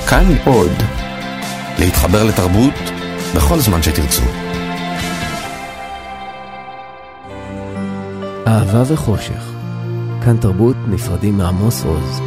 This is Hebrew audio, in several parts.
כאן עוד. להתחבר לתרבות בכל זמן שתרצו. אהבה וחושך. כאן תרבות נפרדים מעמוס עוז.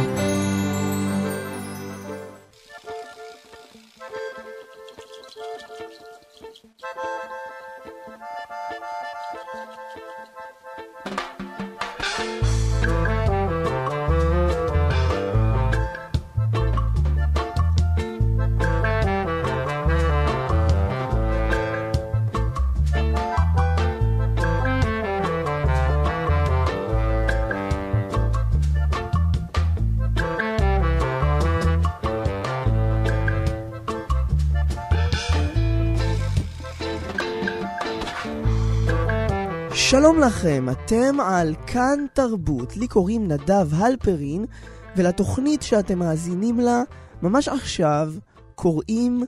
שלום לכם, אתם על כאן תרבות. לי קוראים נדב הלפרין, ולתוכנית שאתם מאזינים לה ממש עכשיו קוראים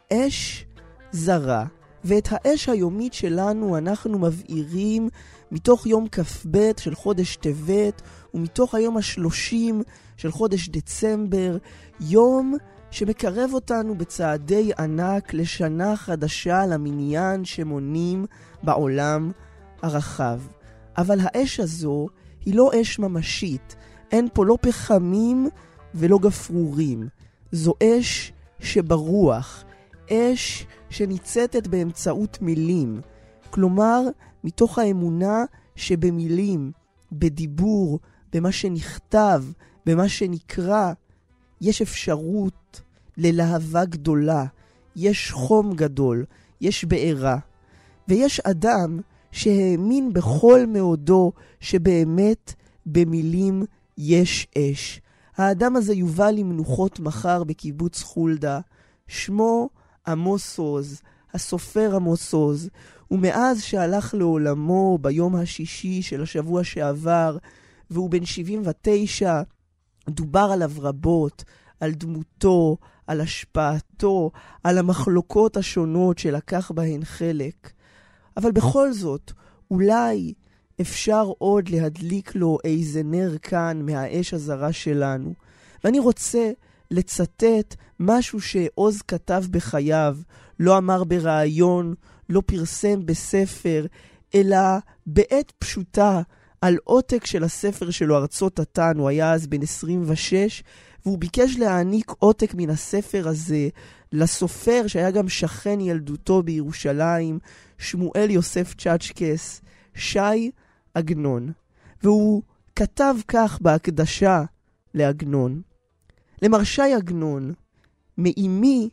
אש זרה. ואת האש היומית שלנו אנחנו מבעירים מתוך יום כ"ב של חודש טבת ומתוך היום ה-30 של חודש דצמבר, יום שמקרב אותנו בצעדי ענק לשנה חדשה למניין שמונים בעולם הרחב. אבל האש הזו היא לא אש ממשית. אין פה לא פחמים ולא גפרורים. זו אש שברוח. אש שניצתת באמצעות מילים. כלומר, מתוך האמונה שבמילים, בדיבור, במה שנכתב, במה שנקרא, יש אפשרות ללהבה גדולה. יש חום גדול. יש בעירה. ויש אדם שהאמין בכל מאודו שבאמת במילים יש אש. האדם הזה יובא למנוחות מחר בקיבוץ חולדה. שמו עמוס עוז, הסופר עמוס עוז. ומאז שהלך לעולמו ביום השישי של השבוע שעבר, והוא בן 79, דובר עליו רבות, על דמותו, על השפעתו, על המחלוקות השונות שלקח בהן חלק. אבל בכל זאת, אולי אפשר עוד להדליק לו איזה נר כאן מהאש הזרה שלנו. ואני רוצה לצטט משהו שעוז כתב בחייו, לא אמר ברעיון, לא פרסם בספר, אלא בעת פשוטה על עותק של הספר שלו ארצות התן. הוא היה אז בן 26, והוא ביקש להעניק עותק מן הספר הזה לסופר שהיה גם שכן ילדותו בירושלים, שמואל יוסף צ'צ'קס, שי עגנון. והוא כתב כך בהקדשה לעגנון: למר שי עגנון, מאימי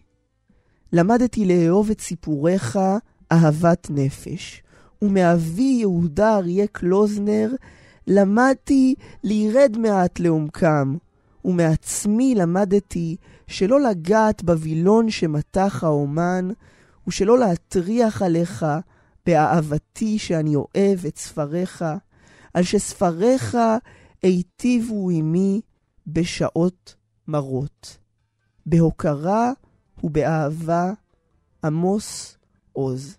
למדתי לאהוב את סיפוריך אהבת נפש, ומאבי יהודה אריה קלוזנר למדתי להירד מעט לעומקם, ומעצמי למדתי שלא לגעת בבילון שמתח האומן, ושלא להטריח עליך באהבתי שאני אוהב את ספריך, על שספריך היטיבו עמי בשעות מרות. בהוקרה ובאהבה, עמוס עוז.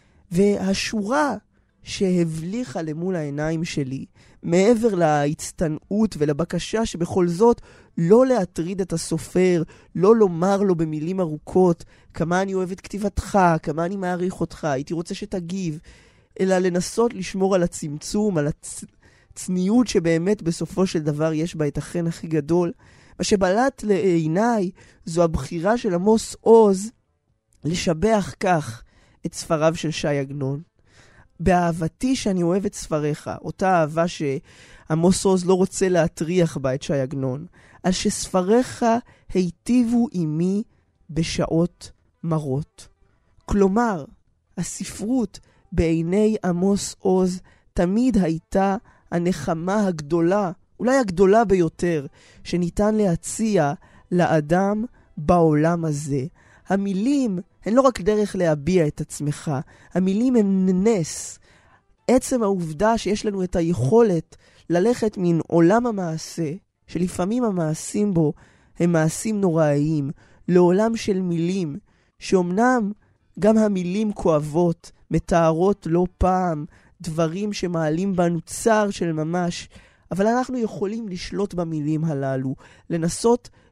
והשורה שהבליחה למול העיניים שלי, מעבר להצטנעות ולבקשה שבכל זאת לא להטריד את הסופר, לא לומר לו במילים ארוכות כמה אני אוהב את כתיבתך, כמה אני מעריך אותך, הייתי רוצה שתגיב, אלא לנסות לשמור על הצמצום, על הצניעות שבאמת בסופו של דבר יש בה את החן הכי גדול. מה שבלט לעיניי זו הבחירה של עמוס עוז לשבח כך את ספריו של שי עגנון. באהבתי שאני אוהב את ספריך, אותה אהבה שעמוס עוז לא רוצה להטריח בה את שי עגנון, על שספריך היטיבו עמי בשעות מרות. כלומר, הספרות בעיני עמוס עוז תמיד הייתה הנחמה הגדולה, אולי הגדולה ביותר, שניתן להציע לאדם בעולם הזה. המילים הן לא רק דרך להביע את עצמך, המילים הן נס. עצם העובדה שיש לנו את היכולת ללכת מן עולם המעשה, שלפעמים המעשים בו הם מעשים נוראיים, לעולם של מילים, שאומנם גם המילים כואבות, מתארות לא פעם דברים שמעלים בנו צער של ממש, אבל אנחנו יכולים לשלוט במילים הללו, לנסות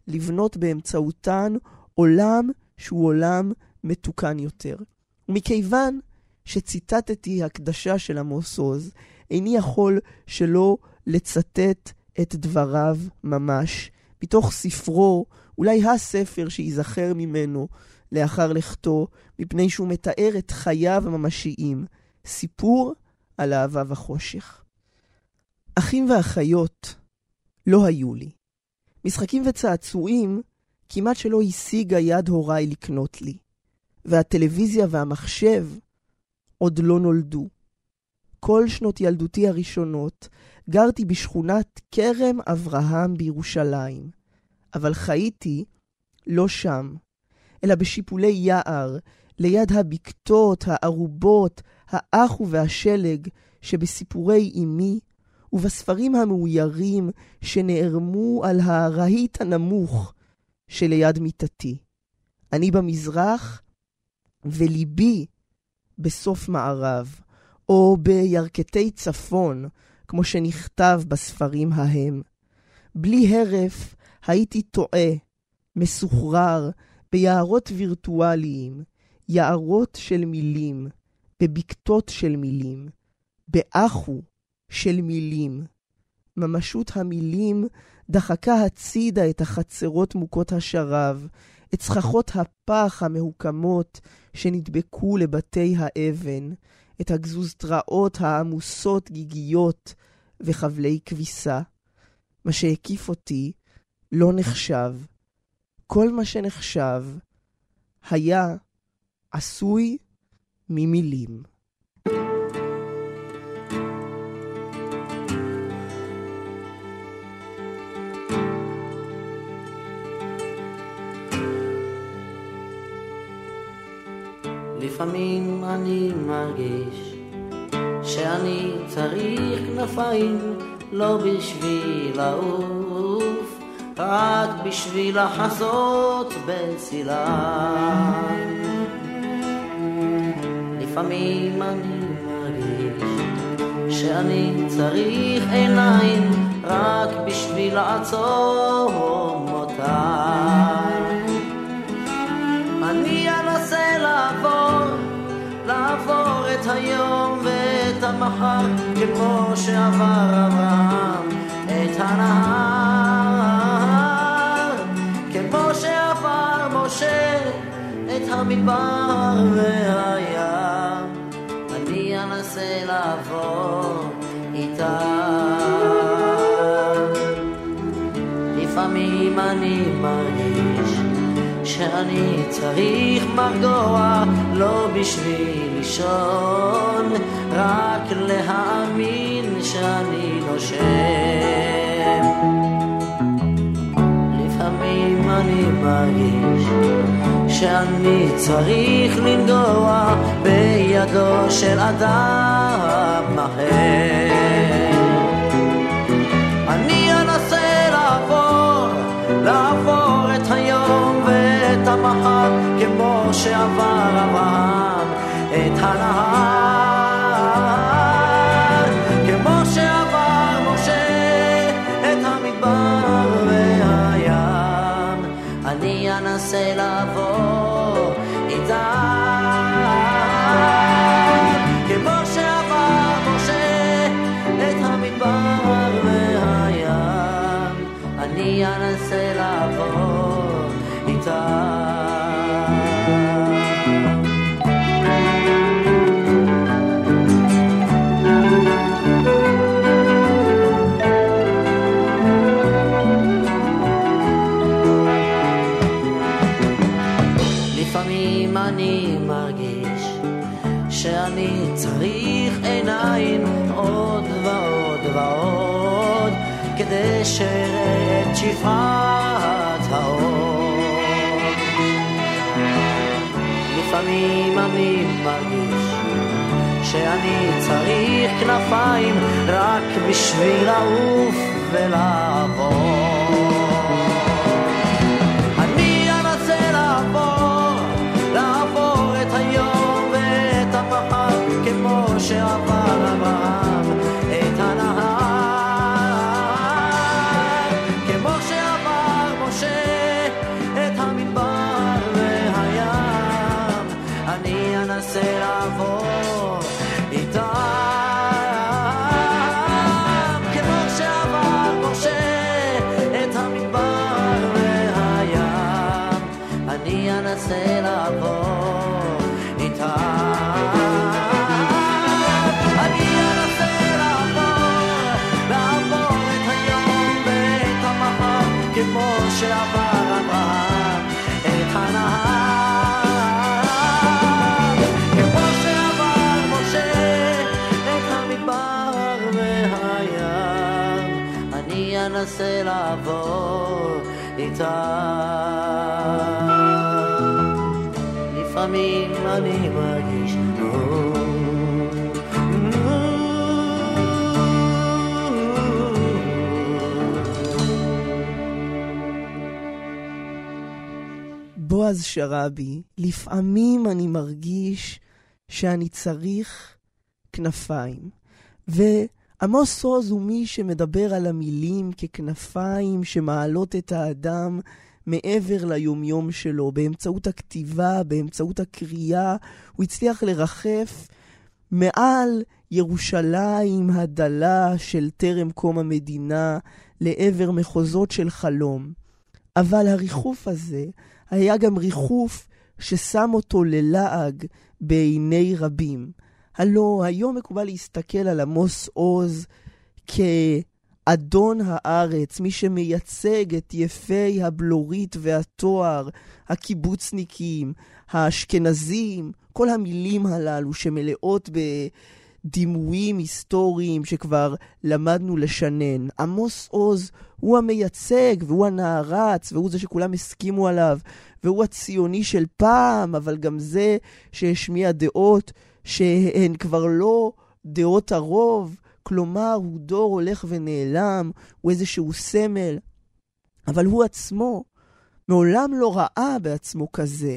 לבנות באמצעותן עולם שהוא עולם מתוקן יותר. ומכיוון שציטטתי הקדשה של עמוס עוז, איני יכול שלא לצטט את דבריו ממש, מתוך ספרו, אולי הספר שיזכר ממנו לאחר לכתו, מפני שהוא מתאר את חייו הממשיים, סיפור על אהבה וחושך. אחים ואחיות לא היו לי. משחקים וצעצועים כמעט שלא השיגה יד הוריי לקנות לי. והטלוויזיה והמחשב עוד לא נולדו. כל שנות ילדותי הראשונות גרתי בשכונת כרם אברהם בירושלים, אבל חייתי לא שם, אלא בשיפולי יער, ליד הבקתות, הערובות, האחו והשלג שבסיפורי אמי, ובספרים המאוירים שנערמו על הרהיט הנמוך שליד מיטתי. אני במזרח וליבי בסוף מערב, או בירכתי צפון, כמו שנכתב בספרים ההם. בלי הרף הייתי טועה, מסוחרר, ביערות וירטואליים, יערות של מילים, בבקתות של מילים, באחו של מילים. ממשות המילים דחקה הצידה את החצרות מוכות השרב, את צחחות הפח המהוקמות שנדבקו לבתי האבן, את הגזוזתראות העמוסות גיגיות וחבלי כביסה. מה שהקיף אותי לא נחשב. כל מה שנחשב היה עשוי ממילים. לפעמים אני מרגיש שאני צריך כנפיים, לא בשביל לעוף, רק בשביל לחזות בצילם. לפעמים אני מרגיש שאני צריך עיניים, רק בשביל לעצום אותם. אני אנסה לעבור את היום ואת המחר, כמו שעבר אברהם את הנהר, כמו שעבר משה את המדבר והים. אני אנסה לעבור איתם. לפעמים אני מרגיש שאני צריך מרגוע, לא בשביל לישון, רק להאמין שאני נושם. לפעמים אני מרגיש שאני צריך לנגוע בידו של אדם אחר. אני אנסה לעבור את היום ואת המחר, כמו שעבר אברהם את הנהר, כמו שעבר משה את המדבר והים. אני אנסה לעבור איתם, כמו שעבר משה את המדבר והים. אני אנסה לעבור איתם. לפעמים אני מרגיש שאני צריך עיניים עוד ועוד ועוד, כדי שראה את שפעת האור. לפעמים אני מרגיש שאני צריך כנפיים, רק בשביל לעוף ולעבור. אני אנסה לעבור את היום ואת המחר, כמו שעבר אברהם את הנהר, כמו שעבר משה אנסה לעבור איתם כמו שעבר משה את המדבר והים. אני אנסה לעבור איתם, אני אנסה לעבור את היום ואת המחר כמו שעבר אברהם את הנהר, כמו שעבר משה את המדבר והים. אני אנסה לעבור איתם. לפעמים אני מרגיש בועז שרבי, לפעמים אני מרגיש שאני צריך כנפיים. ועמוס עוז הוא מי שמדבר על המילים ככנפיים שמעלות את האדם מעבר ליומיום שלו. באמצעות הכתיבה, באמצעות הקריאה, הוא הצליח לרחף מעל ירושלים הדלה של טרם קום המדינה לעבר מחוזות של חלום. אבל הריחוף הזה היה גם ריחוף ששם אותו ללעג בעיני רבים. הלא היום מקובל להסתכל על עמוס עוז כאדון הארץ, מי שמייצג את יפי הבלורית והתואר, הקיבוצניקים, האשכנזים, כל המילים הללו שמלאות בדימויים היסטוריים שכבר למדנו לשנן. עמוס עוז הוא המייצג והוא הנערץ והוא זה שכולם הסכימו עליו, והוא הציוני של פעם, אבל גם זה שהשמיע דעות שהן כבר לא דעות הרוב, כלומר הוא דור הולך ונעלם, הוא איזשהו סמל, אבל הוא עצמו מעולם לא ראה בעצמו כזה,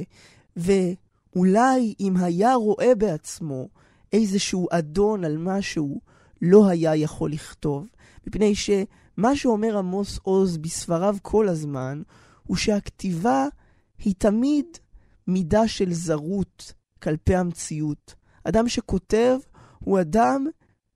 ואולי אם היה רואה בעצמו איזשהו אדון על משהו, לא היה יכול לכתוב, מפני שמה שאומר עמוס עוז בספריו כל הזמן, הוא שהכתיבה היא תמיד מידה של זרות כלפי המציאות. אדם שכותב הוא אדם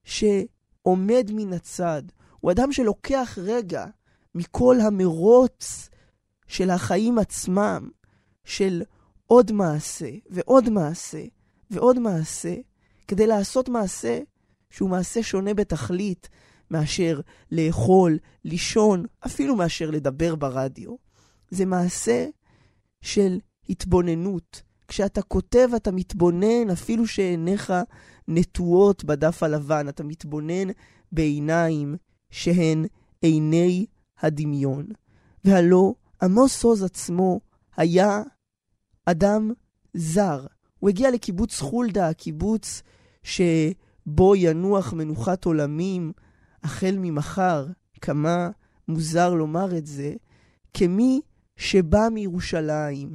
שעומד מן הצד, הוא אדם שלוקח רגע מכל המרוץ של החיים עצמם, של עוד מעשה ועוד מעשה ועוד מעשה, כדי לעשות מעשה שהוא מעשה שונה בתכלית מאשר לאכול, לישון, אפילו מאשר לדבר ברדיו. זה מעשה של התבוננות. כשאתה כותב אתה מתבונן אפילו שעיניך נטועות בדף הלבן, אתה מתבונן בעיניים שהן עיני הדמיון. והלא עמוס עוז עצמו היה אדם זר. הוא הגיע לקיבוץ חולדה, הקיבוץ שבו ינוח מנוחת עולמים החל ממחר. כמה מוזר לומר את זה, כמי שבא מירושלים,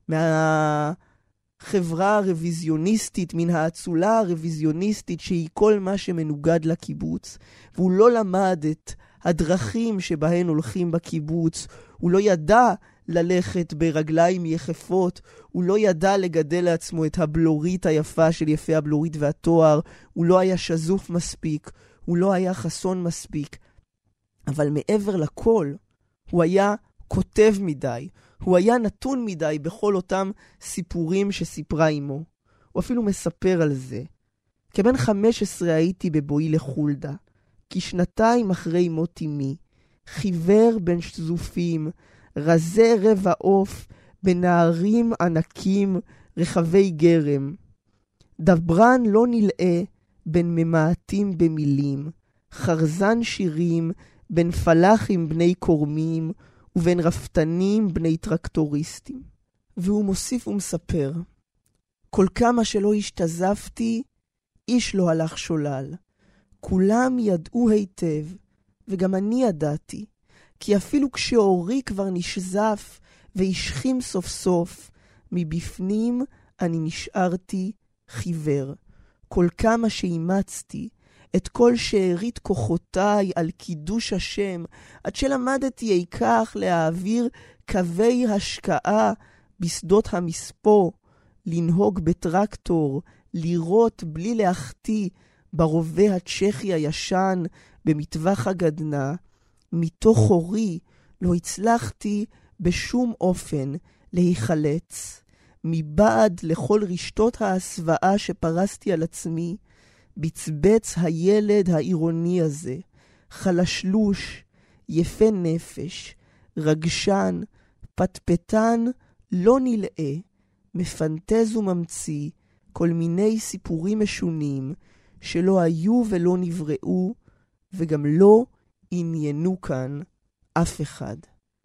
מהחברה הרוויזיוניסטית, מן האצולה הרוויזיוניסטית שהיא כל מה שמנוגד לקיבוץ, והוא לא למד את הדרכים שבהן הולכים בקיבוץ, הוא לא ידע ללכת ברגליים יחפות, הוא לא ידע לגדל לעצמו את הבלורית היפה של יפי הבלורית והתואר, הוא לא היה שזוף מספיק, הוא לא היה חסון מספיק, אבל מעבר לכל, הוא היה כותב מדי, הוא היה נתון מדי בכל אותם סיפורים שסיפרה אמו. הוא אפילו מספר על זה. כבן 15 הייתי בבואי לחולדה, כשנתיים אחרי מות אמי, חיוור בין שזופים, רזה רבע עוף, בנערים ענקים רחבי גרם. דברן לא נלאה בין ממעטים במילים, חרזן שירים בין פלחים בני קורמים, ובין רפתנים בני טרקטוריסטים. והוא מוסיף ומספר, כל כמה שלא השתזפתי, איש לא הלך שולל. כולם ידעו היטב, וגם אני ידעתי, כי אפילו כשאורי כבר נשזף והשכים סוף סוף, מבפנים אני נשארתי חיוור. כל כמה שאימצתי את כל שארית כוחותיי על קידוש השם, עד שלמדתי איקח להעביר קווי השקעה בשדות המספוא, לנהוג בטרקטור, לירות בלי להחטיא ברובה הצ'כי הישן במטווח הגדנה, מתוך חורי לא הצלחתי בשום אופן להיחלץ. מבעד לכל רשתות ההסוואה שפרסתי על עצמי, בצבץ הילד העירוני הזה, חלשלוש, יפה נפש, רגשן, פטפטן, לא נלאה, מפנטז וממציא כל מיני סיפורים משונים שלא היו ולא נבראו וגם לא עניינו כאן אף אחד.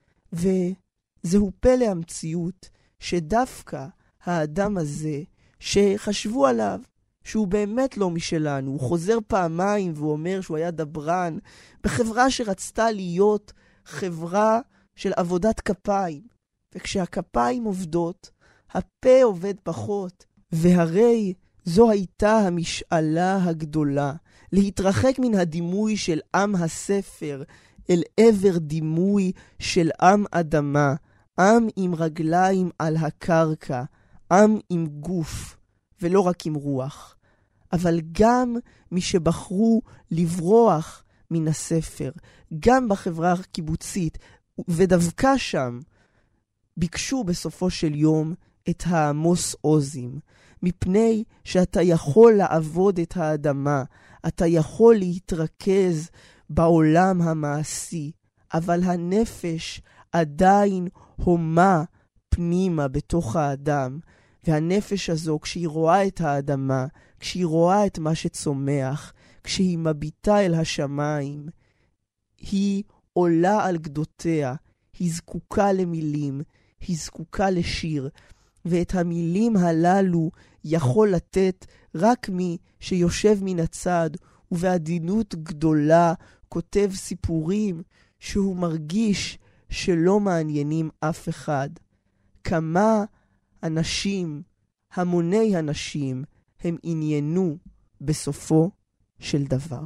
וזהו פלא המציאות שדווקא האדם הזה שחשבו עליו שהוא באמת לא משלנו, הוא חוזר פעמיים והוא אומר שהוא היה דברן בחברה שרצתה להיות חברה של עבודת כפיים, וכשהכפיים עובדות הפה עובד פחות, והרי זו הייתה המשאלה הגדולה, להתרחק מן הדימוי של עם הספר אל עבר דימוי של עם אדמה, עם עם רגליים על הקרקע, עם עם גוף ולא רק עם רוח. אבל גם מי שבחרו לברוח מן הספר, גם בחברה הקיבוצית, ודווקא שם ביקשו בסופו של יום את העמוס עוזים, מפני שאתה יכול לעבוד את האדמה, אתה יכול להתרכז בעולם המעשי, אבל הנפש עדיין הומה פנימה בתוך האדם, והנפש הזו כשהיא רואה את האדמה, כשהיא רואה את מה שצומח, כשהיא מביטה אל השמיים, היא עולה על גדותיה, היא זקוקה למילים, היא זקוקה לשיר, ואת המילים הללו יכול לתת רק מי שיושב מן הצד, ובעדינות גדולה כותב סיפורים שהוא מרגיש שלא מעניינים אף אחד. כמה אנשים, המוני אנשים, הם עניינו בסופו של דבר.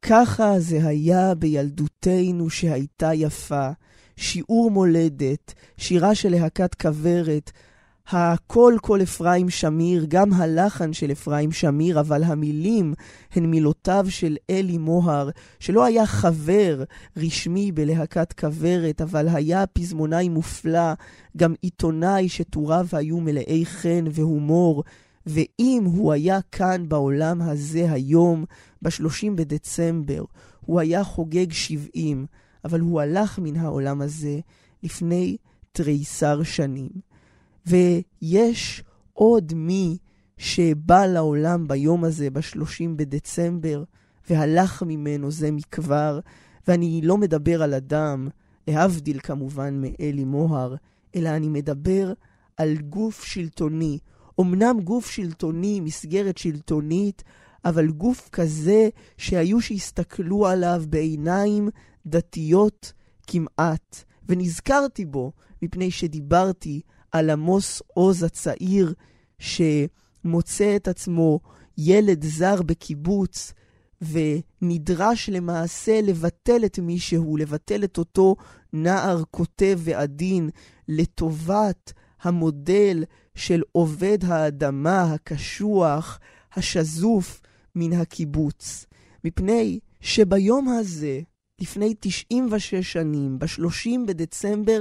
ככה זה היה בילדותנו שהייתה יפה, שיעור מולדת, שירה של להקת כוורת, הקול קול אפרים שמיר, גם הלחן של אפרים שמיר, אבל המילים הן מילותיו של אלי מוהר, שלא היה חבר רשמי בלהקת כוורת, אבל היה פזמונאי מופלא, גם עיתונאי שטוריו היו מלאי חן והומור, ואם הוא היה כאן בעולם הזה היום, ב-30 בדצמבר, הוא היה חוגג 70, אבל הוא הלך מן העולם הזה לפני תריסר שנים. ויש עוד מי שבא לעולם ביום הזה, ב-30 בדצמבר, והלך ממנו זה מכבר, ואני לא מדבר על אדם, להבדיל כמובן מאלי מוהר, אלא אני מדבר על גוף שלטוני, אמנם גוף שלטוני, מסגרת שלטונית, אבל גוף כזה שהיו שהסתכלו עליו בעיניים דתיות כמעט, ונזכרתי בו מפני שדיברתי על עמוס עוז הצעיר שמוצא את עצמו ילד זר בקיבוץ ונדרש למעשה לבטל את מישהו, לבטל את אותו נער כותב ועדין לטובת המודל של עובד האדמה הקשוח, השזוף מן הקיבוץ. מפני שביום הזה, לפני 96 שנים, ב-30 בדצמבר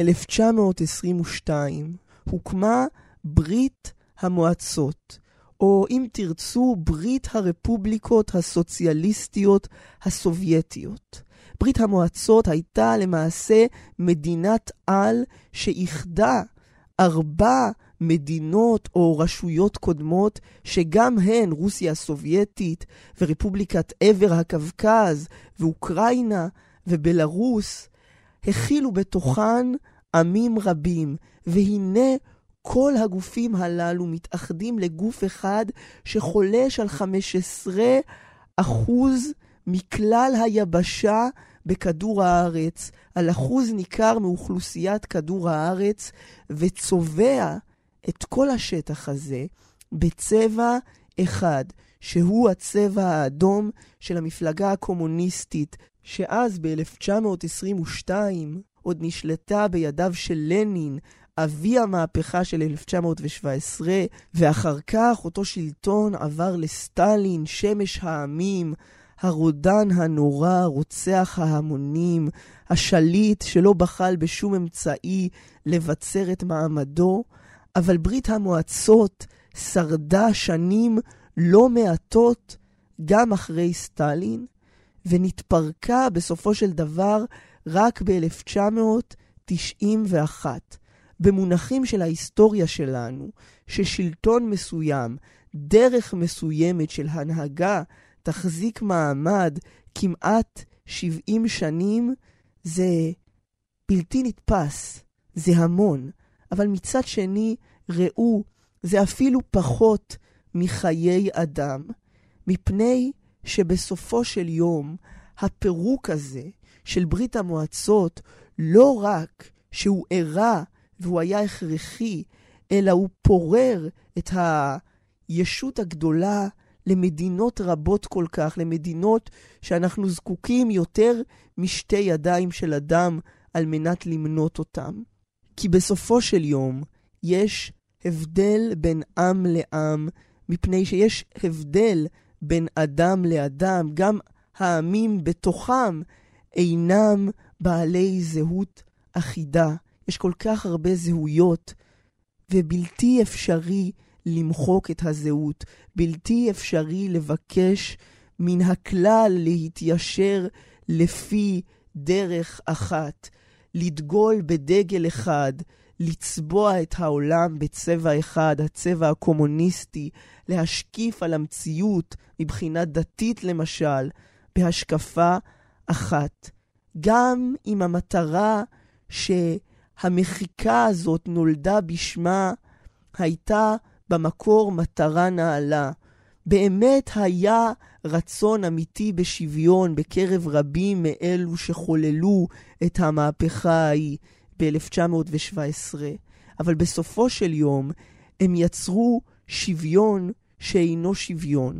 1922, הוקמה ברית המועצות, או אם תרצו, ברית הרפובליקות הסוציאליסטיות הסובייטיות. ברית המועצות הייתה למעשה מדינת על שאיחדה 4 מדינות או רשויות קודמות שגם הן רוסיה הסובייטית ורפובליקת עבר הקווקז ואוקראינה ובלרוס הכילו בתוכן עמים רבים, והנה כל הגופים הללו מתאחדים לגוף אחד שחולש על 15% מכלל היבשה בכדור הארץ, על אחוז ניכר מאוכלוסיית כדור הארץ, וצובע את כל השטח הזה בצבע אחד, שהוא הצבע האדום של המפלגה הקומוניסטית, שאז ב-1922 עוד נשלטה בידיו של לנין, אבי המהפכה של 1917, ואחר כך אותו שלטון עבר לסטלין, שמש העמים, הרודן הנורא, רוצח ההמונים, השליט שלא בחל בשום אמצעי לבצר את מעמדו, אבל ברית המועצות שרדה שנים לא מעטות גם אחרי סטלין, ונתפרקה בסופו של דבר רק ב-1991. במונחים של ההיסטוריה שלנו, ששלטון מסוים, דרך מסוימת של הנהגה, תחזיק מעמד כמעט 70 שנים, זה בלתי נתפס, זה המון. אבל מצד שני, ראו, זה אפילו פחות מחיי אדם, מפני שבסופו של יום, הפירוק הזה של ברית המועצות, לא רק שהוא ערה והוא היה הכרחי, אלא הוא פורר את הישות הגדולה למדינות רבות כל כך, למדינות שאנחנו זקוקים יותר משתי ידיים של אדם על מנת למנות אותם. כי בסופו של יום יש הבדל בין עם לעם, מפני שיש הבדל בין אדם לאדם, גם העמים בתוכם אינם בעלי זהות אחידה. יש כל כך הרבה זהויות, ובלתי אפשרי למחוק את הזהות, בלתי אפשרי לבקש מן הכלל להתיישר לפי דרך אחת, לדגול בדגל אחד, לצבוע את העולם בצבע אחד, הצבע הקומוניסטי, להשקיף על המציאות מבחינה דתית למשל, בהשקפה אחת. גם אם המטרה שהמחיקה הזאת נולדה בשמה הייתה במקור מטרה נעלה. באמת היה רצון אמיתי בשוויון בקרב רבים מאלו שחוללו את המהפכה ההיא ב-1917. אבל בסופו של יום הם יצרו שוויון שאינו שוויון.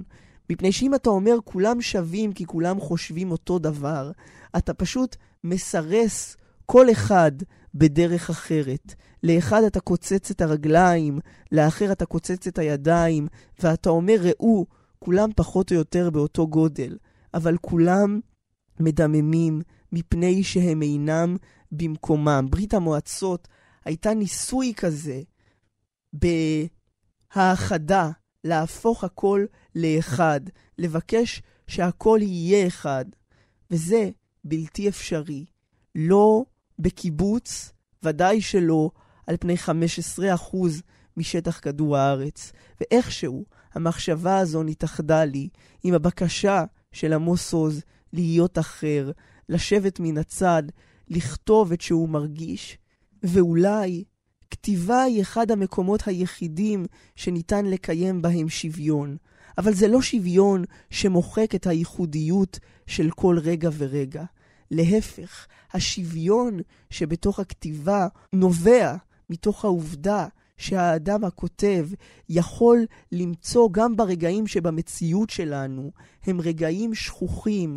מפני שאם אתה אומר כולם שווים כי כולם חושבים אותו דבר, אתה פשוט מסרס כל אחד בדרך אחרת. לאחד אתה קוצץ את הרגליים, לאחר אתה קוצץ את הידיים, ואתה אומר ראו, כולם פחות או יותר באותו גודל, אבל כולם מדממים מפני שהם אינם במקומם. ברית המועצות הייתה ניסוי כזה בהאחדה, להפוך הכל לאחד, לבקש שהכל יהיה אחד, וזה בלתי אפשרי. לא בקיבוץ, ודאי שלא על פני 15% משטח כדור הארץ. ואיכשהו המחשבה הזו נתאחדה לי עם הבקשה של עמוס עוז להיות אחר, לשבת מן הצד, לכתוב את שהוא מרגיש, ואולי כתיבה היא אחד המקומות היחידים שניתן לקיים בהם שוויון. אבל זה לא שוויון שמוחק את הייחודיות של כל רגע ורגע. להפך, השוויון שבתוך הכתיבה נובע מתוך העובדה שהאדם הכותב יכול למצוא גם ברגעים שבמציאות שלנו הם רגעים שכוחים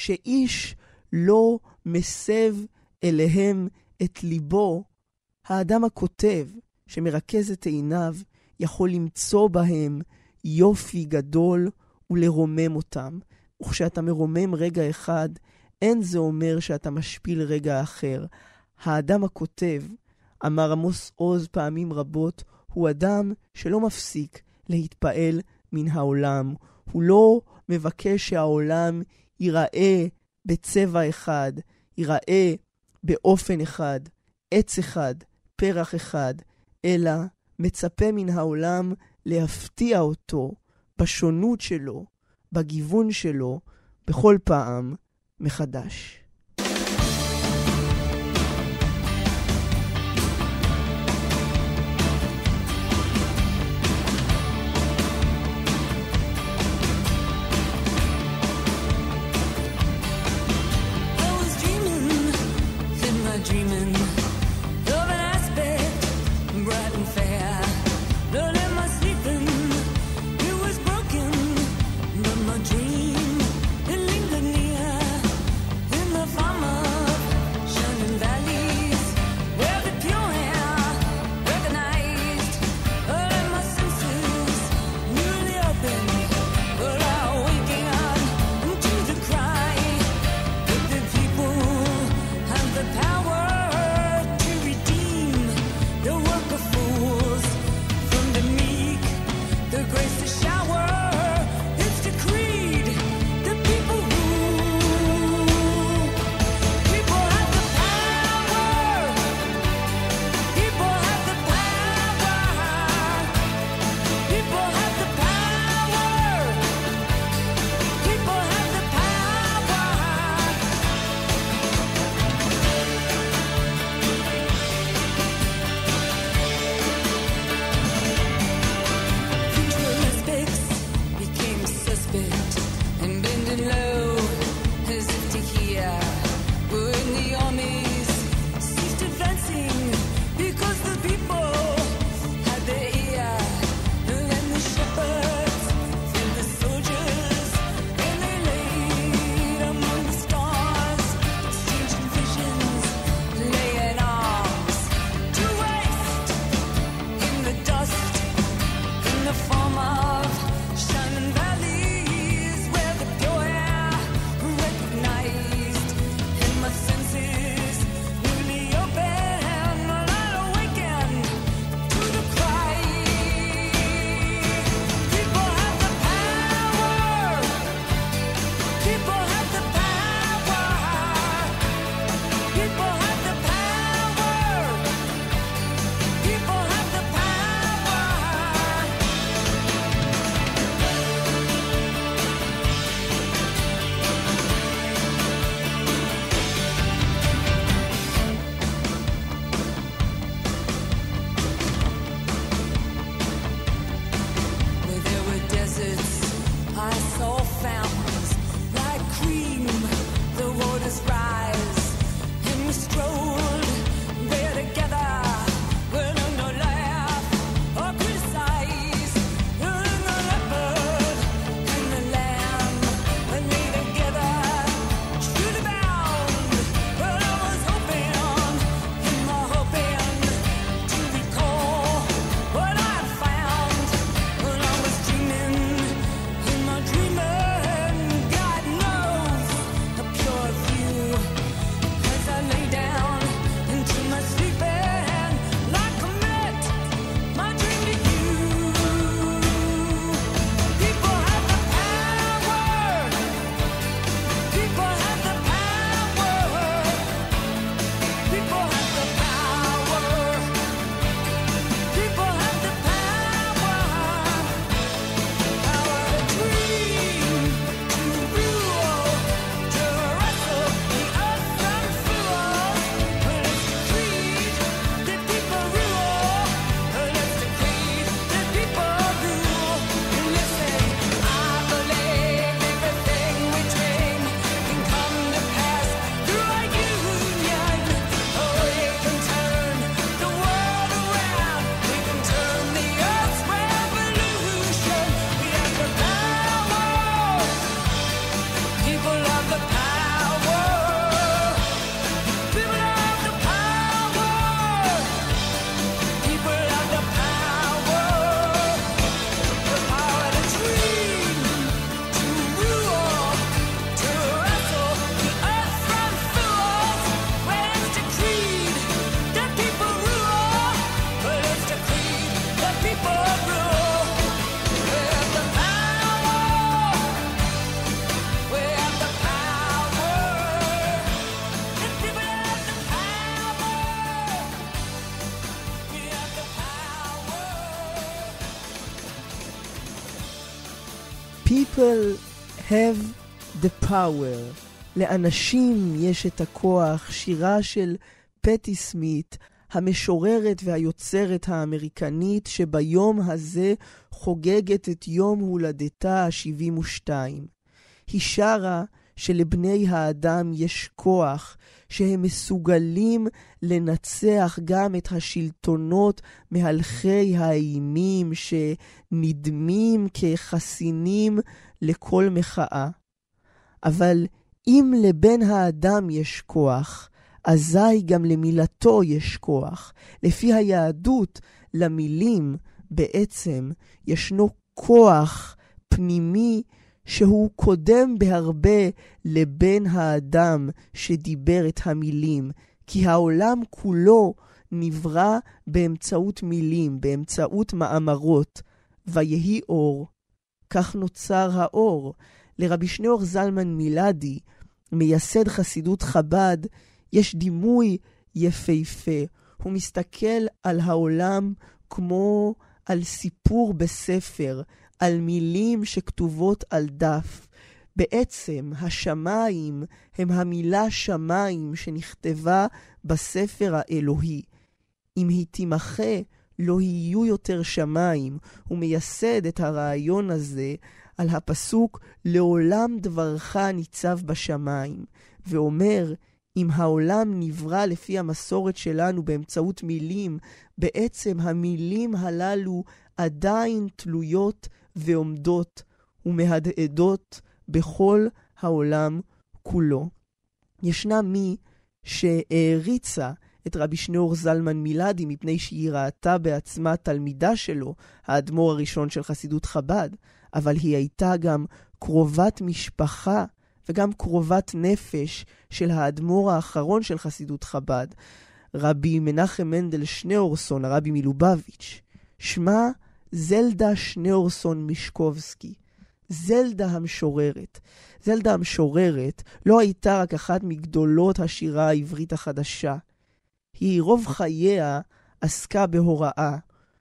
שאיש לא מסב אליהם את ליבו. האדם הכותב שמרכז את עיניו יכול למצוא בהם יופי גדול ולרומם אותם. וכשאתה מרומם רגע אחד, אין זה אומר שאתה משפיל רגע אחר. האדם הכותב, אמר עמוס עוז פעמים רבות, הוא אדם שלא מפסיק להתפעל מן העולם. הוא לא מבקש שהעולם ייראה בצבע אחד, ייראה באופן אחד, עץ אחד, פרח אחד, אלא מצפה מן העולם להפתיע אותו בשונות שלו, בגיוון שלו, בכל פעם מחדש. In the People have the power. לאנשים יש את הכוח. שירה של פטי סמית, המשוררת והיוצרת האמריקנית, שביום הזה חוגגת את יום הולדתה ה-72. היא שרה שלבני האדם יש כוח, שהם מסוגלים לנצח גם את השלטונות מהלכי האימים שנדמים כחסינים לכל מחאה. אבל אם לבן האדם יש כוח, אזי גם למילתו יש כוח. לפי היהדות, למילים בעצם ישנו כוח פנימי שהוא קודם בהרבה לבן האדם שדיבר את המילים, כי העולם כולו נברא באמצעות מילים, באמצעות מאמרות. ויהי אור, כך נוצר האור. לרבי שניאור זלמן מילדי, מייסד חסידות חב"ד, יש דימוי יפהפה. הוא מסתכל על העולם כמו על סיפור בספר, על מילים שכתובות על דף. בעצם השמיים הם המילה שמיים שנכתבה בספר האלוהי. אם היא תימחה, לא יהיו יותר שמיים. הוא מייסד את הרעיון הזה על הפסוק לעולם דברך ניצב בשמיים, ואומר, אם העולם נברא לפי המסורת שלנו באמצעות מילים, בעצם המילים הללו עדיין תלויות ועומדות ומהדהדות בכל העולם כולו. ישנה מי שהעריצה את רבי שניאור זלמן מילדי מפני שהיא ראתה בעצמה תלמידה שלו, האדמו"ר הראשון של חסידות חב"ד, אבל היא הייתה גם קרובת משפחה וגם קרובת נפש של האדמו"ר האחרון של חסידות חב"ד, רבי מנחם מנדל שניאורסון, הרבי מלובביץ'. שמה זלדה שניאורסון מישקובסקי. זלדה המשוררת. זלדה המשוררת לא הייתה רק אחת מגדולות השירה העברית החדשה. היא רוב חייה עסקה בהוראה,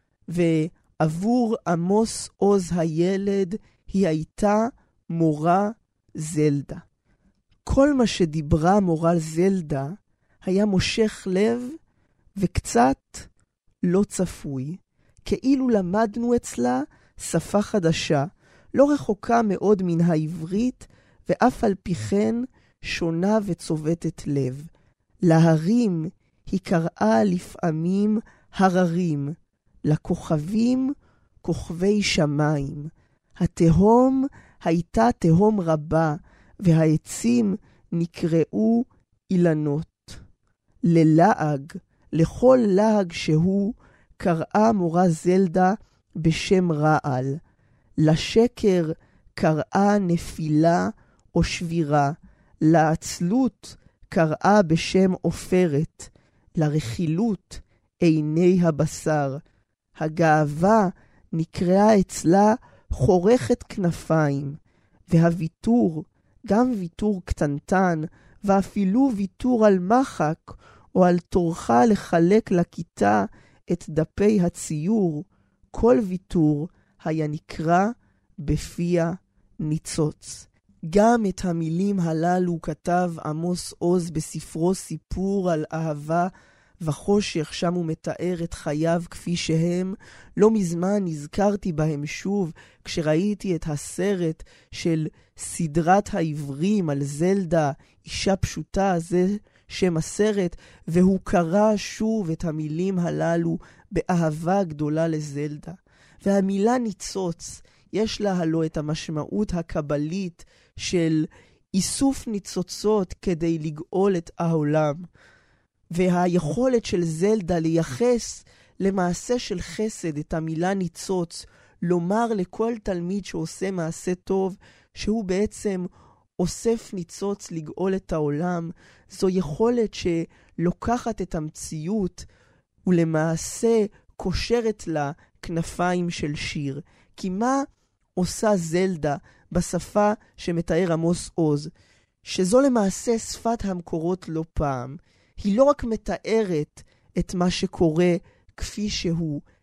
ועבור עמוס עוז הילד היא הייתה מורה זלדה. כל מה שדיברה מורה זלדה היה מושך לב וקצת לא צפוי, כאילו למדנו אצלה שפה חדשה, לא רחוקה מאוד מן העברית, ואף על פי כן שונה וצובטת לב. להרים היא קראה לפעמים הררים, לכוכבים כוכבי שמיים. התהום הייתה תהום רבה, והעצים נקראו אילנות. ללעג, לכל לעג שהוא, קראה מורה זלדה בשם רעל. לשקר קראה נפילה או שבירה. לעצלות קראה בשם עופרת. לרכילות עיני הבשר. הגאווה נקראה אצלה חורכת כנפיים. והוויתור, גם ויתור קטנטן, ואפילו ויתור על מחק, או על תורך לחלק לכיתה את דפי הציור, כל ויתור היה נקרא בפיה ניצוץ. גם את המילים הללו כתב עמוס עוז בספרו סיפור על אהבה וחושך, שם הוא מתאר את חייו כפי שהם. לא מזמן נזכרתי בהם שוב כשראיתי את הסרט של סדרת העברים על זלדה, אישה פשוטה, זה שם הסרט, והוא קרא שוב את המילים הללו באהבה גדולה לזלדה. והמילה ניצוץ, יש לה הלא את המשמעות הקבלית של איסוף ניצוצות כדי לגאול את העולם. והיכולת של זלדה לייחס למעשה של חסד את המילה ניצוץ, לומר לכל תלמיד שעושה מעשה טוב שהוא בעצם אוסף ניצוץ לגאול את העולם, זו יכולת שלוקחת את המציאות ולמעשה קושרת לה כנפיים של שיר. כי מה עושה זלדה בשפה שמתאר עמוס עוז? שזו למעשה שפת המקורות לא פעם. היא לא רק מתארת את מה שקורה כפי שהוא,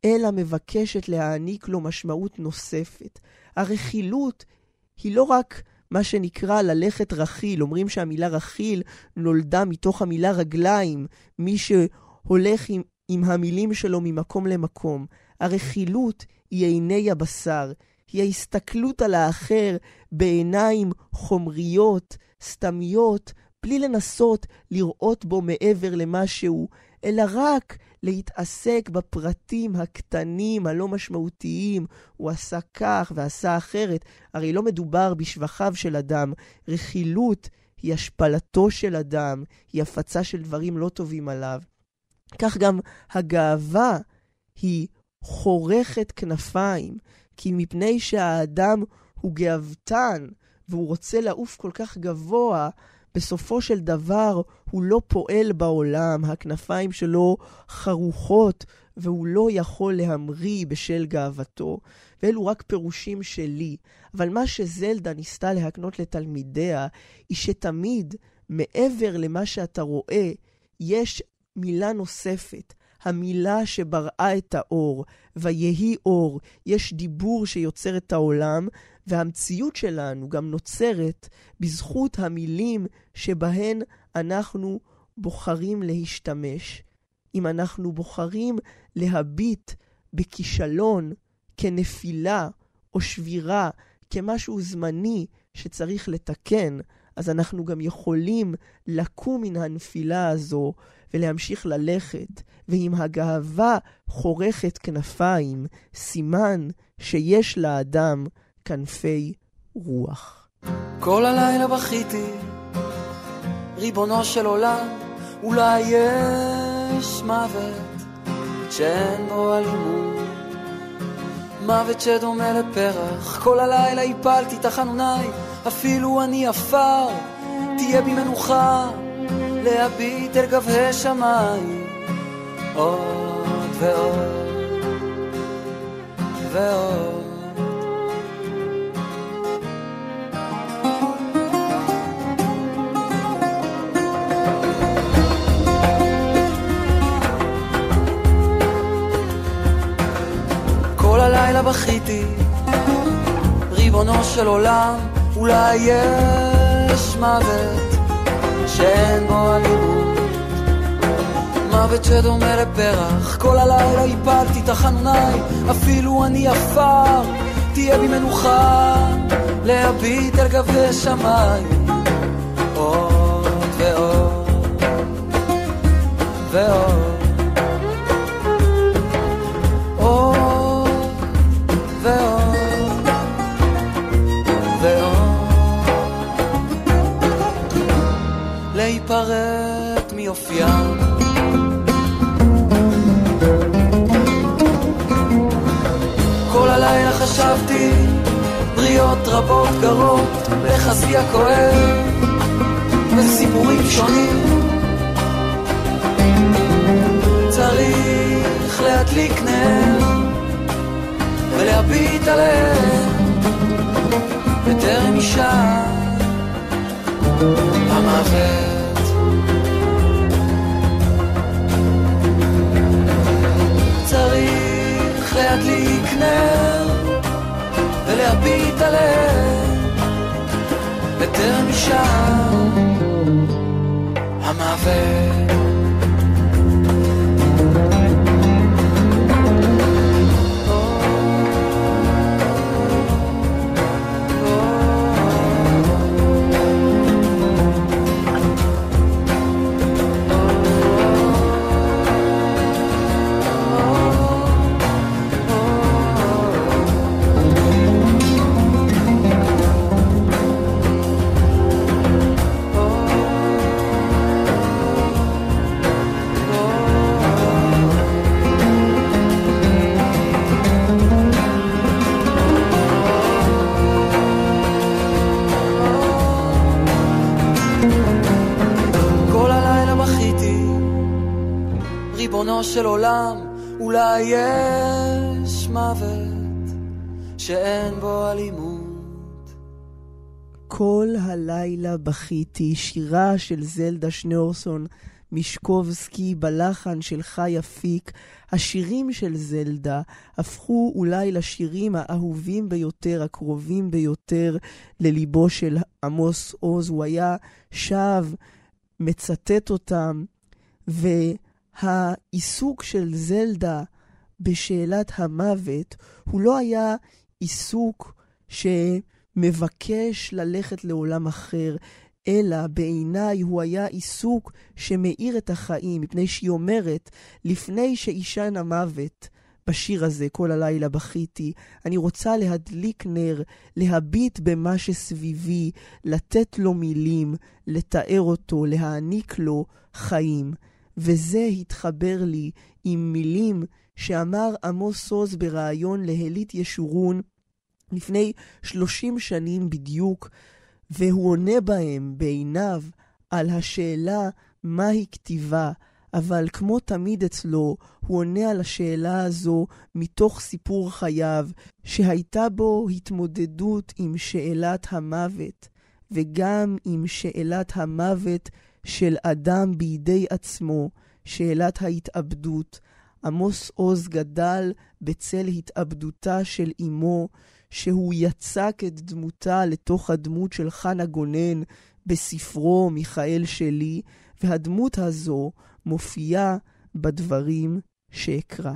אלא מבקשת להעניק לו משמעות נוספת. הרכילות היא לא רק מה שנקרא ללכת רכיל. אומרים שהמילה רכיל נולדה מתוך המילה רגליים, מי שהולך עם המילים שלו ממקום למקום. הרכילות היא עיני הבשר, היא ההסתכלות על האחר בעיניים חומריות, סתמיות, בלי לנסות לראות בו מעבר למשהו, אלא רק להתעסק בפרטים הקטנים, הלא משמעותיים. הוא עשה כך ועשה אחרת. הרי לא מדובר בשבחיו של אדם. רכילות היא השפלתו של אדם, היא הפצה של דברים לא טובים עליו. כך גם הגאווה היא חורכת כנפיים, כי מפני שהאדם הוא גאוותן והוא רוצה לעוף כל כך גבוה, בסופו של דבר הוא לא פועל בעולם, הכנפיים שלו חרוכות והוא לא יכול להמריא בשל גאוותו. ואלו רק פירושים שלי. אבל מה שזלדה ניסתה להקנות לתלמידיה היא שתמיד מעבר למה שאתה רואה יש מילה נוספת, המילה שבראה את האור, ויהי אור. יש דיבור שיוצר את העולם, והמציאות שלנו גם נוצרת בזכות המילים שבהן אנחנו בוחרים להשתמש. אם אנחנו בוחרים להביט בכישלון, כנפילה או שבירה, כמשהו זמני שצריך לתקן, אז אנחנו גם יכולים לקום מן הנפילה הזו ולהמשיך ללכת. ואם הגאווה חורכת כנפיים, סימן שיש לאדם כנפי רוח. כל הלילה בכיתי, ריבונו של עולם, אולי יש מוות שאין בו אלימות, מוות שדומה לפרח. כל הלילה הפלתי תחנוני, אפילו אני אפר, תהיה בי מנוחה, להביט אל גבי שמיים, עוד ועוד ועוד. כל הלילה בכיתי, ריבונו של עולם, אולי יש מוות שאין בו אלימות, מוות שדומה לפרח. כל הלילה הפלתי תחנוני, אפילו אני אפר, תהיה בי מנוחה, להביט אל גבי שמיים, עוד ועוד ועוד. להיפרד מיופיים, כל הלילה חשבתי בריאות רבות גרות בחזי הכואב וסיפורים שונים, צריך להדליק נר ולהביט עליהם בטרם אישה המוות. צריך להדליק נר ולהביט עליהם בטרם ישב המוות. של עולם, אולי יש מוות שאין בו אלימות. כל הלילה בכיתי, שירה של זלדה שניאורסון מישקובסקי, בלחן של חי אפיק, השירים של זלדה הפכו אולי לשירים האהובים ביותר, הקרובים ביותר לליבו של עמוס עוז. הוא היה שב, מצטט אותם, והעיסוק של זלדה בשאלת המוות הוא לא היה עיסוק שמבקש ללכת לעולם אחר, אלא בעיניי הוא היה עיסוק שמאיר את החיים, מפני שהיא אומרת, לפני שאישן המוות, בשיר הזה, כל הלילה בכיתי, אני רוצה להדליק נר, להביט במה שסביבי, לתת לו מילים, לתאר אותו, להעניק לו חיים. וזה התחבר לי עם מילים שאמר עמוס עוז ברעיון להילית ישורון לפני 30 שנים בדיוק, והוא עונה בהם בעיניו על השאלה מהי כתיבה, אבל כמו תמיד אצלו, הוא עונה על השאלה הזו מתוך סיפור חייו, שהייתה בו התמודדות עם שאלת המוות, וגם עם שאלת המוות של אדם בידי עצמו, שאלת ההתאבדות. עמוס עוז גדל בצל התאבדותה של אמו, שהוא יצק את דמותה לתוך הדמות של חנה גונן בספרו מיכאל שלי, והדמות הזו מופיעה בדברים שאקרא.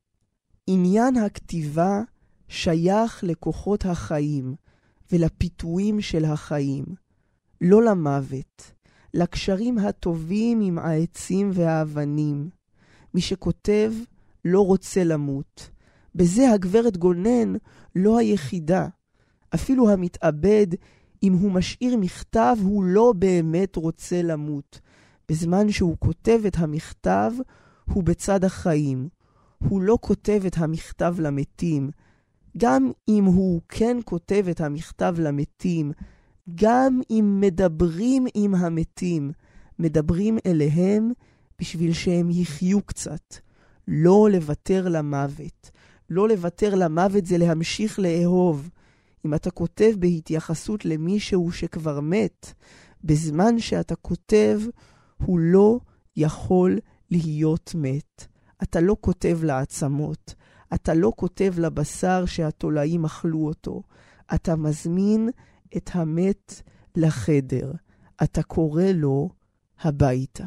עניין הכתיבה שייך לכוחות החיים ולפיתויים של החיים, לא למוות, לקשרים הטובים עם העצים והאבנים. מי שכותב לא רוצה למות. בזה הגברת גונן לא היחידה. אפילו המתאבד, אם הוא משאיר מכתב, הוא לא באמת רוצה למות. בזמן שהוא כותב את המכתב, הוא בצד החיים. הוא לא כותב את המכתב למתים. גם אם הוא כן כותב את המכתב למתים, גם אם מדברים עם המתים, מדברים אליהם בשביל שהם יחיו קצת. לא לוותר למוות. לא לוותר למוות זה להמשיך לאהוב. אם אתה כותב בהתייחסות למישהו שכבר מת, בזמן שאתה כותב, הוא לא יכול להיות מת. אתה לא כותב לעצמות. אתה לא כותב לבשר שהתולעים אכלו אותו. אתה מזמין את המת לחדר. אתה קורא לו הביתה.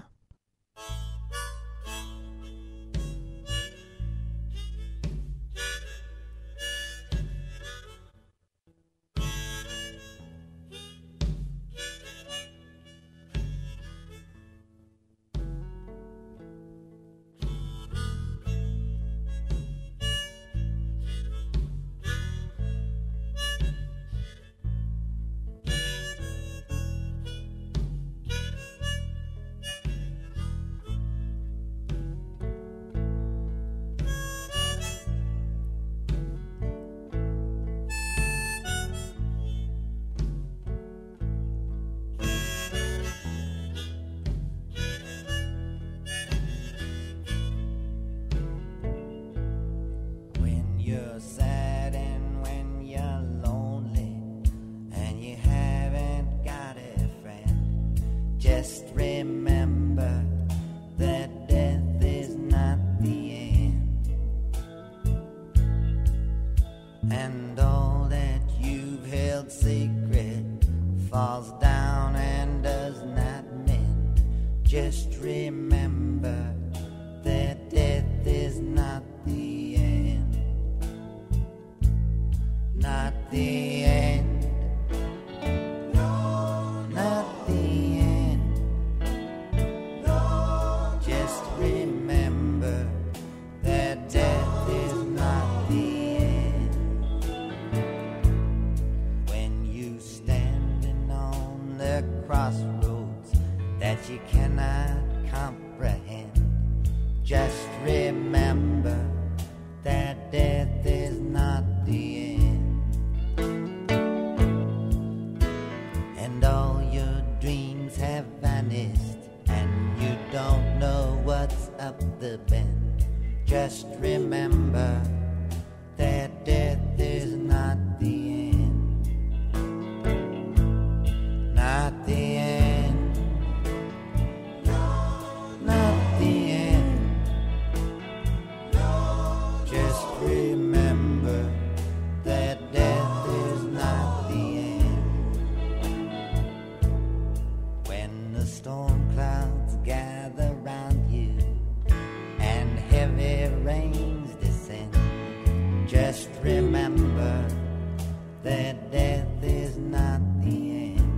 the storm clouds gather round you and heavy rains descend, just remember that death is not the end.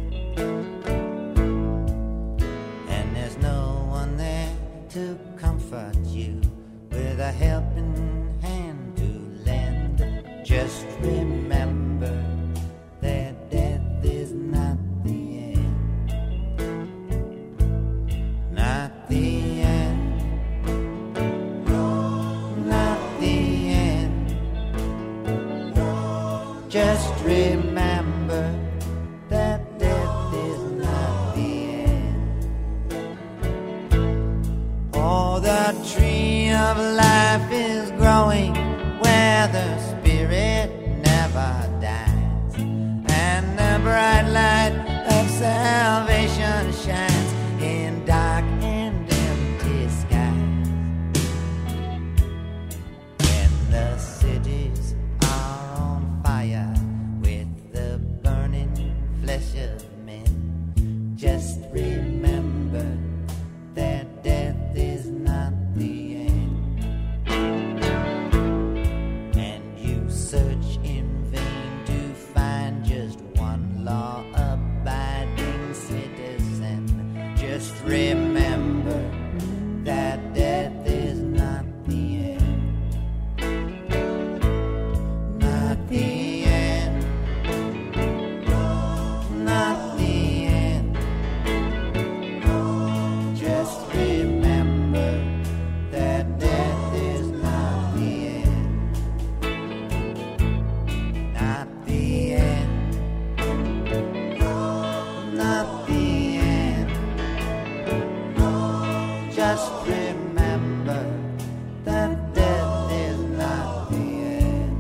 And there's no one there to comfort you with a helping hand to lend. Just remember that death is not the end. Not the end. Not the end. Just remember that death is not the end. Oh, the tree of life is growing where the spirit never dies, and the bright light of salvation shines in dark and empty skies. And the cities are on fire with the burning flesh of men. Just remember that death is not the end. And you search in vain to find just one law-abiding citizen. Just remember that death is not the end. Not the end. Not the end. Just remember that death is not the end. Not the end. Not the end. Just remember that death is not the end.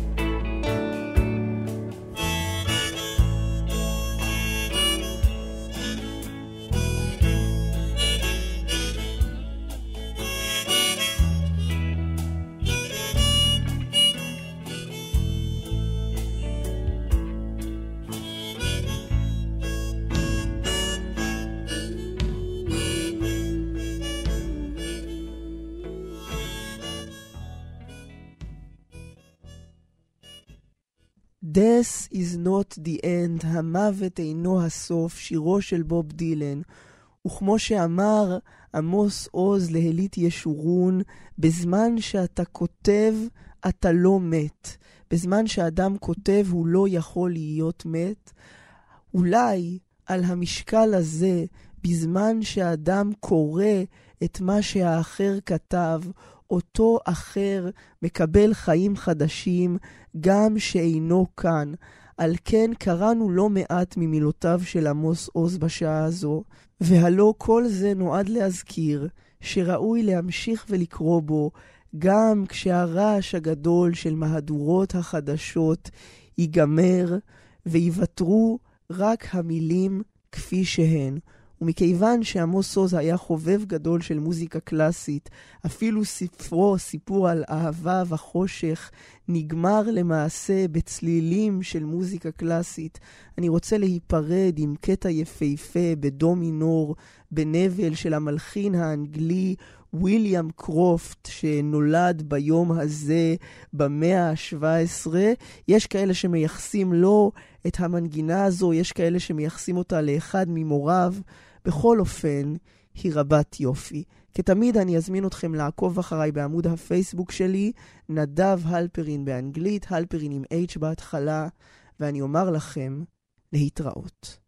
Death is not the end, המוות אינו הסוף, שירו של בוב דילן. וכמו שאמר עמוס עוז להליט ישורון, בזמן שאתה כותב, אתה לא מת. בזמן שאדם כותב, הוא לא יכול להיות מת. אולי על המשקל הזה, בזמן שאדם קורא את מה שהאחר כתב, אותו אחר מקבל חיים חדשים, גם שאינו כאן. על כן קראנו לא מעט ממילותיו של עמוס עוז בשעה הזו, והלא כל זה נועד להזכיר שראוי להמשיך ולקרוא בו, גם כשהרעש הגדול של מהדורות החדשות ייגמר, ויוותרו רק המילים כפי שהן. ומכיוון שעמוס עוז היה חובב גדול של מוזיקה קלאסית, אפילו ספרו, סיפור על אהבה וחושך, נגמר למעשה בצלילים של מוזיקה קלאסית. אני רוצה להיפרד עם קטע יפהפה בדו מינור, בנבל של המלחין האנגלי וויליאם קרופט, שנולד ביום הזה במאה ה-17. יש כאלה שמייחסים לו את המנגינה הזו, יש כאלה שמייחסים אותה לאחד ממוריו. בכל אופן, היא רבת יופי. כתמיד אני אזמין אתכם לעקוב אחריי בעמוד הפייסבוק שלי, נדב הלפרין באנגלית, הלפרין עם H בהתחלה, ואני אומר לכם להתראות.